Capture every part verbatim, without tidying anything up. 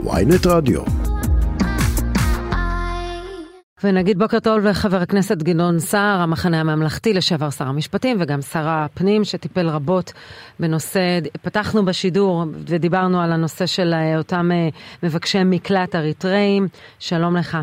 וויינט רדיו. ונגיד בוקר טוב לחבר הכנסת גדעון סער, המחנה הממלכתי, לשעבר שר המשפטים וגם שר הפנים שטיפל רבות בנושא, פתחנו בשידור ודיברנו על הנושא של אותם מבקשי מקלט אריתראים. שלום לך.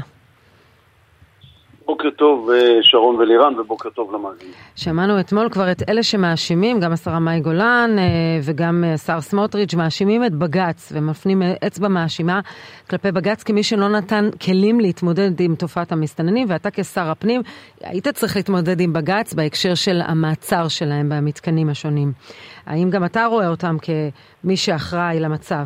בוקר טוב שרון ולירן ובוקר טוב למאזינים. שמענו אתמול כבר את אלה שמאשימים, גם השרה מאי גולן וגם שר סמוטריץ' מאשימים את בג"ץ ומפנים אצבע מאשימה כלפי בג"ץ כמי שלא נתן כלים להתמודד עם תופעת המסתננים, ואתה כשר הפנים היית צריך להתמודד עם בג"ץ בהקשר של המעצר שלהם במתקנים השונים. האם גם אתה רואה אותם כמי שאחראי למצב?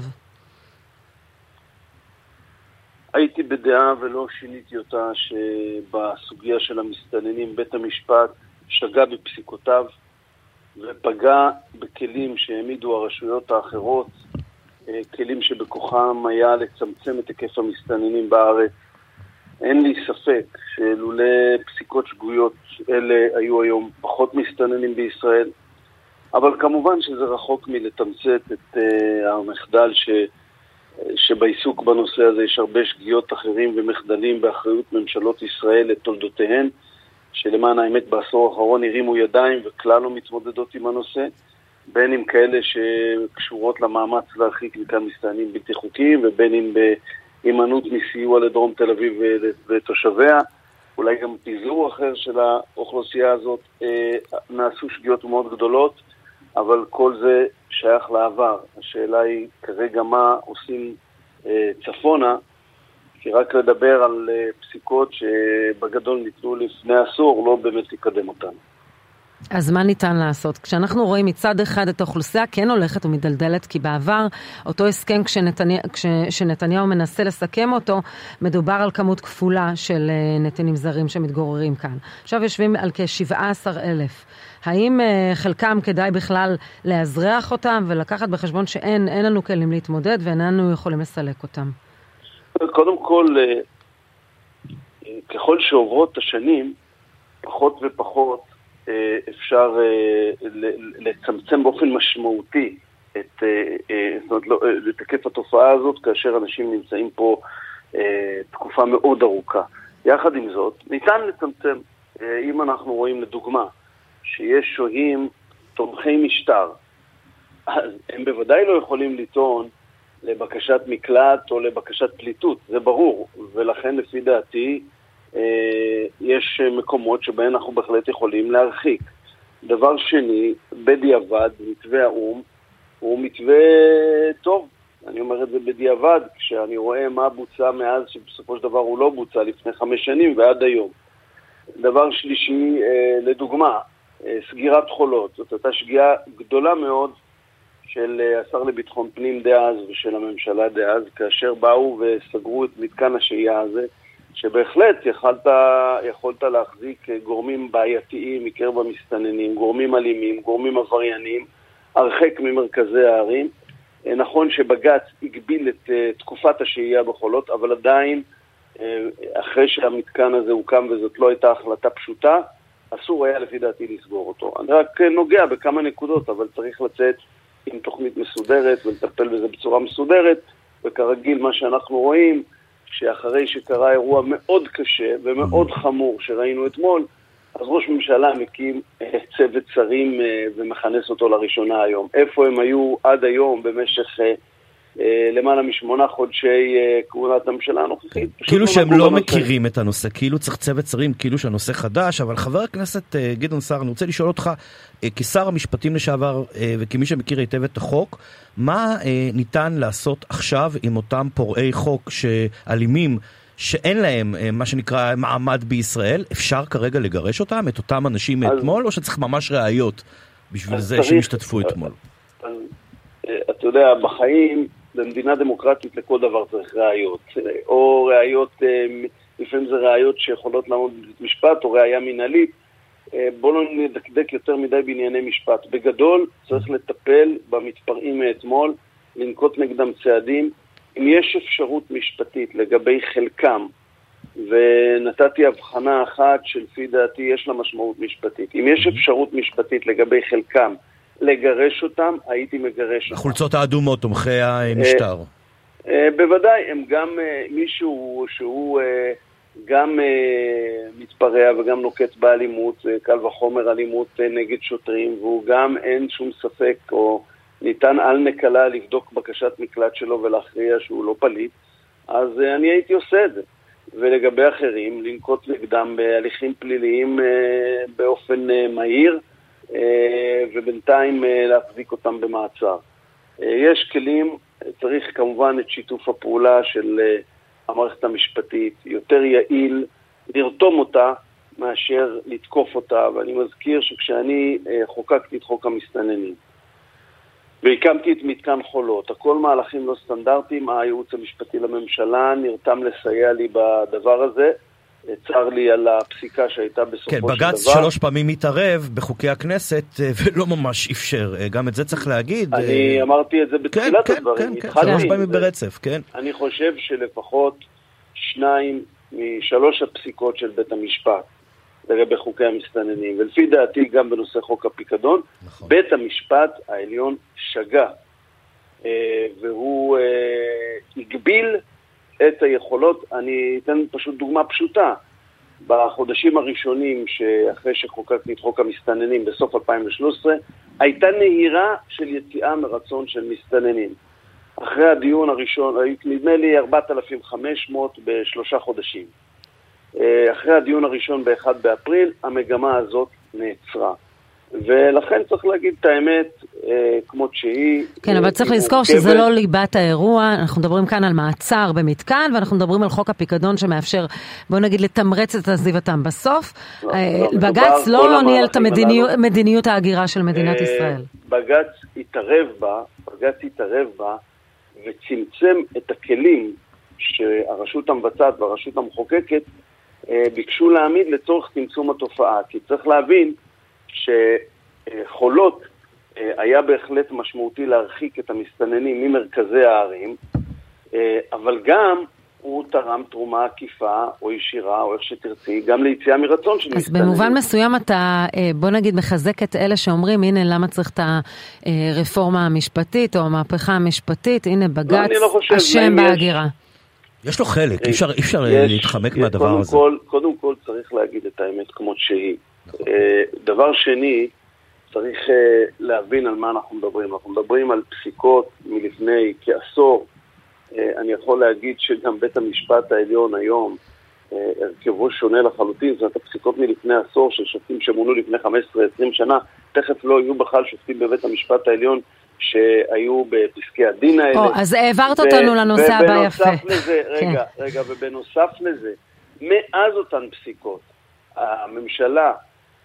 הייתי בדעה ולא שיניתי אותה שבסוגיה של המסתננים בית המשפט שגה בפסיקותיו ופגע בכלים שהעמידו הרשויות האחרות, כלים שבכוחם היה לצמצם את היקף המסתננים בארץ. אין לי ספק שלולא פסיקות שגויות אלה היו היום פחות מסתננים בישראל, אבל כמובן שזה רחוק מלתמצת את המחדל ש... שבעיסוק בנושא הזה יש הרבה שגיאות אחרים ומחדלים באחריות ממשלות ישראל לתולדותיהן, שלמען האמת בעשור האחרון הרימו ידיים וכלל לא מתמודדות עם הנושא, בין אם כאלה שקשורות למאמץ להרחיק מכאן מסתננים בלתי חוקיים, ובין אם בהימנעות מסיוע לדרום תל אביב ותושביה, אולי גם פיזור אחר של האוכלוסייה הזאת. נעשו שגיאות מאוד גדולות, אבל כל זה שייך לעבר. השאלה היא כרגע מה עושים אה, צפונה, כי רק לדבר על אה, פסיקות שבגדול ניתנו לפני עשור לא באמת לקדם אותן. אז מה ניתן לעשות? כשאנחנו רואים מצד אחד את האוכלוסייה כן הולכת ומדלדלת, כי בעבר אותו הסכם כשנתניה, כשנתניהו מנסה לסכם אותו, מדובר על כמות כפולה של אה, נתינים זרים שמתגוררים כאן. עכשיו יושבים על כ-שבעה עשר אלף. האם uh, חלקם כדאי בכלל להזרח אותם ולקחת בחשבון שאין אין לנו כלים להתמודד ואיננו יכולים לסלק אותם? קודם כל, uh, ככל שעוברות השנים, פחות ופחות uh, אפשר uh, לצמצם באופן משמעותי את, uh, uh, זאת אומרת, לא, uh, את היקף התופעה הזאת, כאשר אנשים נמצאים פה uh, תקופה מאוד ארוכה. יחד עם זאת, ניתן לצמצם. Uh, אם אנחנו רואים לדוגמה, שיש שוהים תומכי משטר, אז הם בוודאי לא יכולים לטעון לבקשת מקלט או לבקשת פליטות, זה ברור, ולכן לפי דעתי יש מקומות שבהם אנחנו בהחלט יכולים להרחיק. דבר שני, בדיעבד, מתווה האום הוא מתווה טוב, אני אומר את זה בדיעבד, כשאני רואה מה בוצע מאז שבסופו של דבר הוא לא בוצע לפני חמש שנים ועד היום. דבר שלישי, לדוגמה, סגירת חולות, זאת הייתה שגיאה גדולה מאוד של השר לביטחון פנים דאז ושל הממשלה דאז, כאשר באו וסגרו את מתקן השהייה הזה, שבהחלט יכולת, יכולת להחזיק גורמים בעייתיים מקרב המסתננים, גורמים אלימים, גורמים עבריינים, הרחק ממרכזי הערים. נכון שבג"ץ הגביל את תקופת השהייה בחולות, אבל עדיין אחרי שהמתקן הזה הוקם וזאת לא הייתה החלטה פשוטה, אסור היה לפי דעתי לסגור אותו. אני רק נוגע בכמה נקודות, אבל צריך לצאת עם תוכנית מסודרת ולטפל בזה בצורה מסודרת, וכרגיל מה שאנחנו רואים, שאחרי שקרה אירוע מאוד קשה ומאוד חמור שראינו אתמול, אז ראש ממשלה מקים צוות שרים ומכנס אותו לראשונה היום. איפה הם היו עד היום במשך למעלה משמונה חודשי כהונת הממשלה הנוכחית? כאילו שהם לא מכירים את הנושא, כאילו צריך צוות שרים, כאילו שהנושא חדש, אבל חבר הכנסת גדעון סער, אני רוצה לשאול אותך, כשר המשפטים לשעבר וכמי שמכיר היטב את החוק, מה ניתן לעשות עכשיו עם אותם פורעי חוק שאלימים, שאין להם מה שנקרא מעמד בישראל? אפשר כרגע לגרש אותם, את אותם אנשים מאתמול, או שצריך ממש ראיות בשביל זה שהם השתתפו אתמול? אתה יודע, בחיים, במדינה דמוקרטית לכל דבר צריך ראיות, או ראיות, לפעמים זה ראיות שיכולות לעמוד בבית משפט, או ראיה מנהלית. בואו לא נדקדק יותר מדי בענייני משפט. בגדול צריך לטפל במתפרעים מאתמול, לנקוט נגדם צעדים. אם יש אפשרות משפטית לגבי חלקם, ונתתי הבחנה אחת שלפי דעתי יש לה משמעות משפטית, אם יש אפשרות משפטית לגבי חלקם, לגרש אותם, הייתי מגרש אותם. החולצות האדומות, תומכי המשטר. בוודאי, הם גם מישהו שהוא גם מתפרע וגם נוקט באלימות, קל וחומר אלימות נגד שוטרים, והוא גם אין שום ספק או ניתן על נקלה לבדוק בקשת מקלט שלו ולהכריע שהוא לא פליט, אז אני הייתי עושה את זה. ולגבי אחרים, לנקוט נגדם בהליכים פליליים באופן מהיר, ובינתיים להחזיק אותם במעצר. יש כלים, צריך כמובן את שיתוף הפעולה של המערכת המשפטית, יותר יעיל לרתום אותה מאשר לתקוף אותה, ואני מזכיר שכשאני חוקקתי את חוק המסתננים, והקמתי את מתקן חולות, הכל מהלכים לא סטנדרטיים, הייעוץ המשפטי לממשלה נרתם לסייע לי בדבר הזה, צר לי על הפסיקה שהייתה בסופו כן, של דבר. כן, בג"ץ שלוש פעמים מתערב בחוקי הכנסת ולא ממש אפשר, גם את זה צריך להגיד. אני אמרתי את זה בתחילת כן, הדברים. כן, כן, שלוש פעמים ברצף, כן. אני חושב שלפחות שניים משלוש הפסיקות של בית המשפט, לגבי חוקי המסתננים, ולפי דעתי גם בנושא חוק הפיקדון, נכון. בית המשפט העליון שגה, והוא הגביל את היכולות. אני אתן פשוט דוגמה פשוטה. בחודשים הראשונים שאחרי שחוקקתי את חוק המסתננים בסוף אלפיים ושלוש עשרה, הייתה נהירה של יציאה מרצון של מסתננים. אחרי הדיון הראשון, נדמה לי ארבעת אלפים וחמש מאות בשלושה חודשים. אחרי הדיון הראשון ב-אחד באפריל, המגמה הזאת נעצרה. ולכן צריך להגיד את האמת אה, כמו שהיא. כן, אבל צריך לזכור שזה לא ליבת האירוע, אנחנו מדברים כאן על מעצר במתקן, ואנחנו מדברים על חוק הפיקדון שמאפשר, בוא נגיד, לתמרץ את עזיבתם בסוף. לא, אה, לא, בג"ץ לא ניהל את המדיניות, מדיניות ההגירה של מדינת אה, ישראל. בג"ץ התערב בה, בג"ץ התערב בה, וצמצם את הכלים שהרשות המבצעת והרשות המחוקקת אה, ביקשו להעמיד לצורך צמצום התופעה. כי צריך להבין, שחולות היה בהחלט משמעותי להרחיק את המסתננים ממרכזי הערים, אבל גם הוא תרם תרומה עקיפה או ישירה או איך שתרצי, גם ליציאה מרצון של אז מסתננים. במובן מסוים אתה, בוא נגיד, מחזק את אלה שאומרים, הנה למה צריך את הרפורמה המשפטית או המהפכה המשפטית, הנה בג"ץ לא אשם בהגירה. יש לו חלק, אי אפשר, אי אפשר להתחמק מהדבר קודם הזה. כל, קודם כל צריך להגיד את האמת כמו שהיא. נכון. דבר שני, צריך להבין על מה אנחנו מדברים. אנחנו מדברים על פסיקות מלפני כעשור. אני יכול להגיד שגם בית המשפט העליון היום, הרכבו שונה לחלוטין, זאת הפסיקות מלפני עשור של שופטים שמונו לפני חמש עשרה עשרים שנה, תכף לא יהיו בכלל שופטים בבית המשפט העליון שהיו בפסקי הדין האלה. או, אז העברת אותנו לנושא הבא יפה. ובנוסף לזה, רגע, רגע, ובנוסף לזה, מאז אותן פסיקות, הממשלה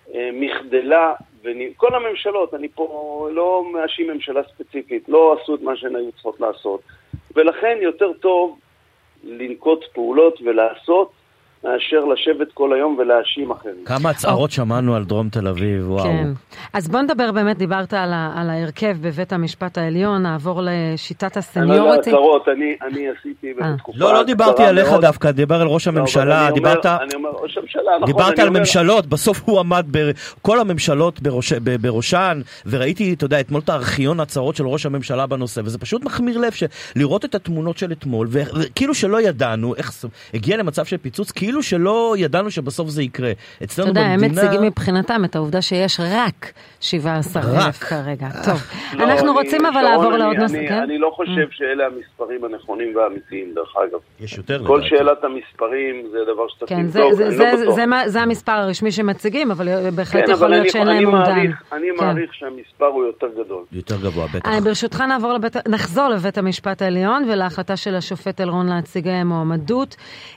מחדלה, כל הממשלות, אני פה לא מאשים ממשלה ספציפית, לא עשו את מה שהן היו צריכות לעשות, ולכן יותר טוב לנקוט פעולות ולעשות, מאשר לשבת כל היום ולהאשים אחרים. כמה הצערות שמענו על דרום תל אביב, וואו. כן. אז בוא נדבר באמת, דיברת על, ה, על ההרכב בבית המשפט העליון, נעבור לשיטת הסניוריטי. אני לא אני, אני עשיתי בתקופה... לא, לא דיברתי עליך דווקא, דיבר על ראש הממשלה, דיברת... אני אומר, ראש הממשלה, נכון. דיברת על ממשלות, בסוף הוא עמד בכל הממשלות בראשן, וראיתי, אתה יודע, אתמול את הארכיון הצעות של ראש הממשלה בנושא, וזה פשוט מחמיר לב לראות את התמונות של אתמול, וכאילו שלא ידענו, איך הגיע למצב של פיצוץ, כאילו שלא ידענו שבסוף זה יקרה. אצלנו במדינה... אתה יודע, הם מציגים מבחינתם את העובדה שיש רק שבעה עשר אלף כרגע. טוב, אנחנו רוצים אבל לעבור לעוד נושא. אני לא חושב שאלה המספרים הנכונים והאמיתיים, דרך אגב. יש יותר לדעת. כל שאלת המספרים זה דבר שצריך לבדוק. זה המספר הרשמי שמציגים, אבל בהחלט יכול להיות שאין להם אומדן. אני מעריך שהמספר הוא יותר גדול. יותר גבוה, בטח. ברשותך נחזור לבית המשפט העליון ולהחלטה של השופט אלרון להציג מועמדות.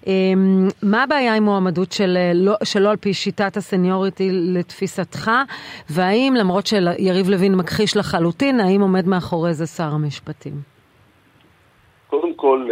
מה הבעיה עם מועמדות של, לא, שלא על פי שיטת הסניוריטי לתפיסתך, והאם למרות שיריב לוין מכחיש לחלוטין, האם עומד מאחורי זה שר המשפטים? קודם כל,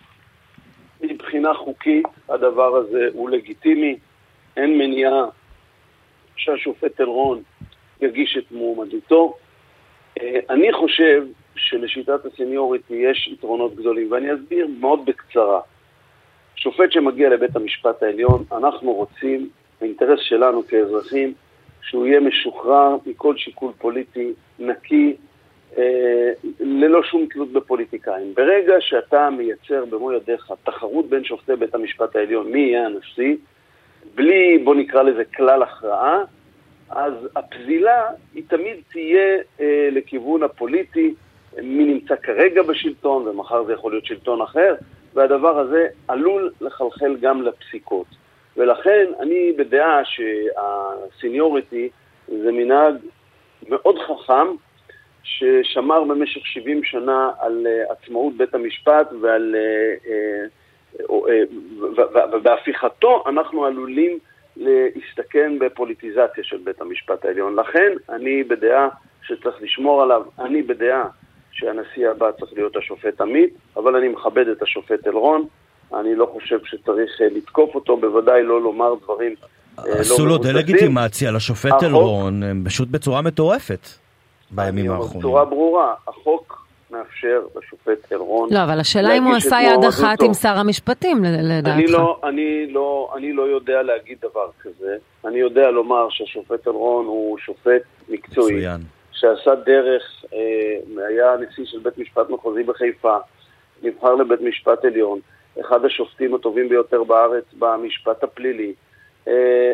מבחינה חוקית, הדבר הזה הוא לגיטימי, אין מניעה שהשופט אלרון יגיש את מועמדותו. אני חושב שלשיטת הסניוריטי יש יתרונות גדולים, ואני אסביר מאוד בקצרה. שופט שמגיע לבית המשפט העליון, אנחנו רוצים, האינטרס שלנו כאזרחים, שהוא יהיה משוחרר מכל שיקול פוליטי, נקי, ללא שום תלות בפוליטיקאים. ברגע שאתה מייצר במו ידיך תחרות בין שופטי בית המשפט העליון, מי יהיה הנשיא, בלי, בוא נקרא לזה כלל הכרעה, אז הפזילה היא תמיד תהיה אה, לכיוון הפוליטי, מי נמצא כרגע בשלטון, ומחר זה יכול להיות שלטון אחר, והדבר הזה עלול לחלחל גם לפסיקות. ולכן אני בדעה שהסיניוריטי זה מנהג מאוד חכם, ששמר במשך שבעים שנה על uh, עצמאות בית המשפט ועל uh, uh, uh, ובהפיכתו אנחנו עלולים להסתכן בפוליטיזציה של בית המשפט העליון. לכן אני בדעה שצריך לשמור עליו, אני בדעה שהנשיא הבא צריך להיות השופט עמית, אבל אני מכבד את השופט אלרון, אני לא חושב שצריך uh, לתקוף אותו, בוודאי לא לומר דברים uh, לא עשו לו דלגיטימציה לשופט אלרון, פשוט בצורה מטורפת. בימים האחרונים. בצורה ברורה, החוק מאפשר לשופט אלרון. לא, אבל השאלה אם הוא עשה יד אחת עם שר המשפטים, לדעתך. אני לא, אני לא, אני לא יודע להגיד דבר כזה. אני יודע לומר שהשופט אלרון הוא שופט מקצועי. מצוין. שעשה דרך, אה, היה נשיא של בית משפט מחוזי בחיפה, נבחר לבית משפט עליון, אחד השופטים הטובים ביותר בארץ במשפט הפלילי. אה,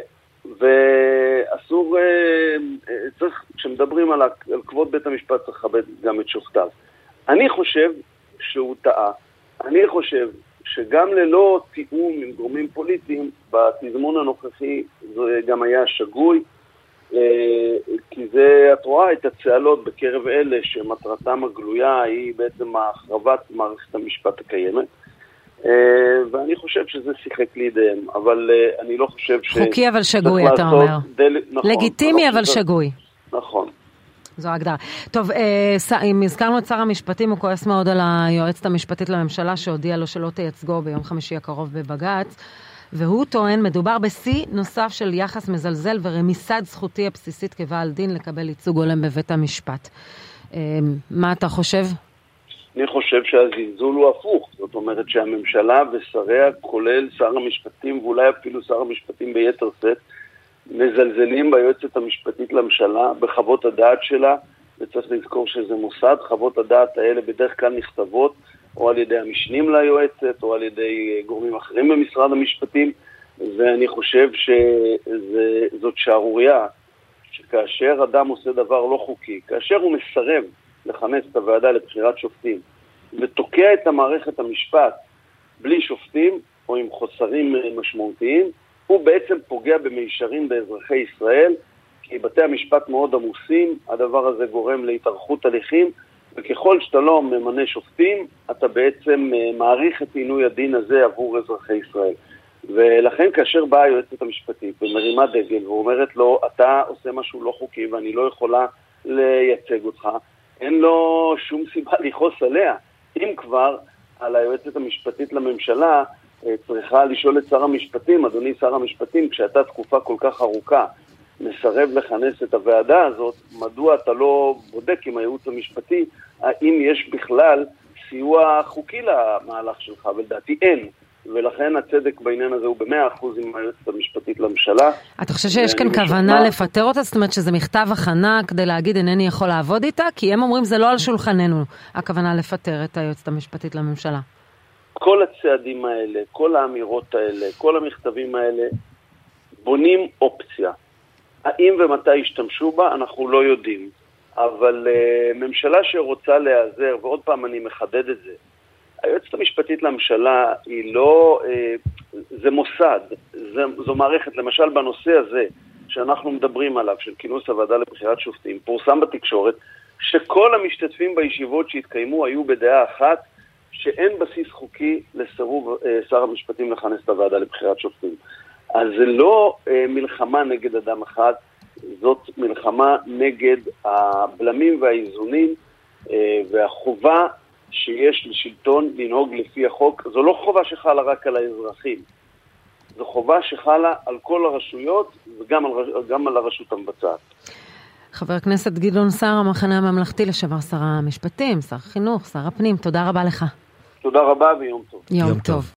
ואסור, צריך, כשמדברים על כבוד בית המשפט צריך לכבד גם את שופטיו. אני חושב שהוא טעה. אני חושב שגם ללא תיאום עם גורמים פוליטיים, בתזמון הנוכחי זה גם היה שגוי, כי זה, את רואה את הצעלות בקרב אלה שמטרתם הגלויה היא בעצם החרבת מערכת המשפט הקיימת. ואני חושב שזה שיחק לידיהם, אבל אני לא חושב ש... חוקי אבל שגוי, אתה אומר. לגיטימי אבל שגוי. נכון. זו ההגדרה. טוב, אם הזכרנו את שר המשפטים, הוא כועס מאוד על היועצת המשפטית לממשלה, שהודיעה לו שלא תייצגו ביום חמישי הקרוב בבג"ץ, והוא טוען, מדובר בשיא נוסף של יחס מזלזל ורמיסת זכותי הבסיסית כבעל דין לקבל ייצוג הולם בבית המשפט. מה אתה חושב? אני חושב שהזלזול הוא הפוך, זאת אומרת שהממשלה ושריה, כולל שר המשפטים ואולי אפילו שר המשפטים ביתר שאת, מזלזלים ביועצת המשפטית לממשלה, בחוות הדעת שלה, וצריך לזכור שזה מוסד, חוות הדעת האלה בדרך כלל נכתבות או על ידי המשנים ליועצת או על ידי גורמים אחרים במשרד המשפטים, ואני חושב שזאת שערוריה, שכאשר אדם עושה דבר לא חוקי, כאשר הוא מסרב לכנס את הוועדה לבחירת שופטים, ותוקע את המערכת המשפט בלי שופטים, או עם חוסרים משמעותיים, הוא בעצם פוגע במישרין באזרחי ישראל, כי בתי המשפט מאוד עמוסים, הדבר הזה גורם להתארכות הליכים, וככל שאתה לא ממנה שופטים, אתה בעצם מעריך את עינוי הדין הזה עבור אזרחי ישראל. ולכן כאשר באה היועצת המשפטית ומרימה דגל ואומרת לו, אתה עושה משהו לא חוקי ואני לא יכולה לייצג אותך, אין לו שום סיבה לכעוס עליה. אם כבר על היועצת המשפטית לממשלה צריכה לשאול את שר המשפטים, אדוני שר המשפטים, כשאתה תקופה כל כך ארוכה מסרב לכנס את הוועדה הזאת, מדוע אתה לא בודק עם הייעוץ המשפטי האם יש בכלל סיוע חוקי למהלך שלך? ולדעתי אין. ולכן הצדק בעניין הזה הוא במאה אחוז עם היועצת המשפטית לממשלה. אתה חושב שיש כאן כוונה לפטר אותה? זאת אומרת שזה מכתב הכנה כדי להגיד אינני יכול לעבוד איתה? כי הם אומרים זה לא על שולחננו, הכוונה לפטר את היועצת המשפטית לממשלה. כל הצעדים האלה, כל האמירות האלה, כל המכתבים האלה, בונים אופציה. האם ומתי ישתמשו בה, אנחנו לא יודעים. אבל uh, ממשלה שרוצה להיעזר, ועוד פעם אני מחדד את זה, היועצת המשפטית לממשלה היא לא, אה, זה מוסד, זה, זו מערכת, למשל בנושא הזה שאנחנו מדברים עליו, של כינוס הוועדה לבחירת שופטים, פורסם בתקשורת, שכל המשתתפים בישיבות שהתקיימו היו בדעה אחת, שאין בסיס חוקי לסירוב אה, שר המשפטים לכנס את הוועדה לבחירת שופטים. אז זה לא אה, מלחמה נגד אדם אחד, זאת מלחמה נגד הבלמים והאיזונים אה, והחובה שיש לשלטון לנהוג לפי החוק. זו לא חובה שחלה רק על האזרחים, זו חובה שחלה על כל הרשויות וגם על, גם על הרשות המבצעת. חבר הכנסת גדעון סער, המחנה הממלכתי, לשעבר שר המשפטים, שר החינוך, שר הפנים, תודה רבה לך. תודה רבה ויום טוב. יום, יום טוב. טוב.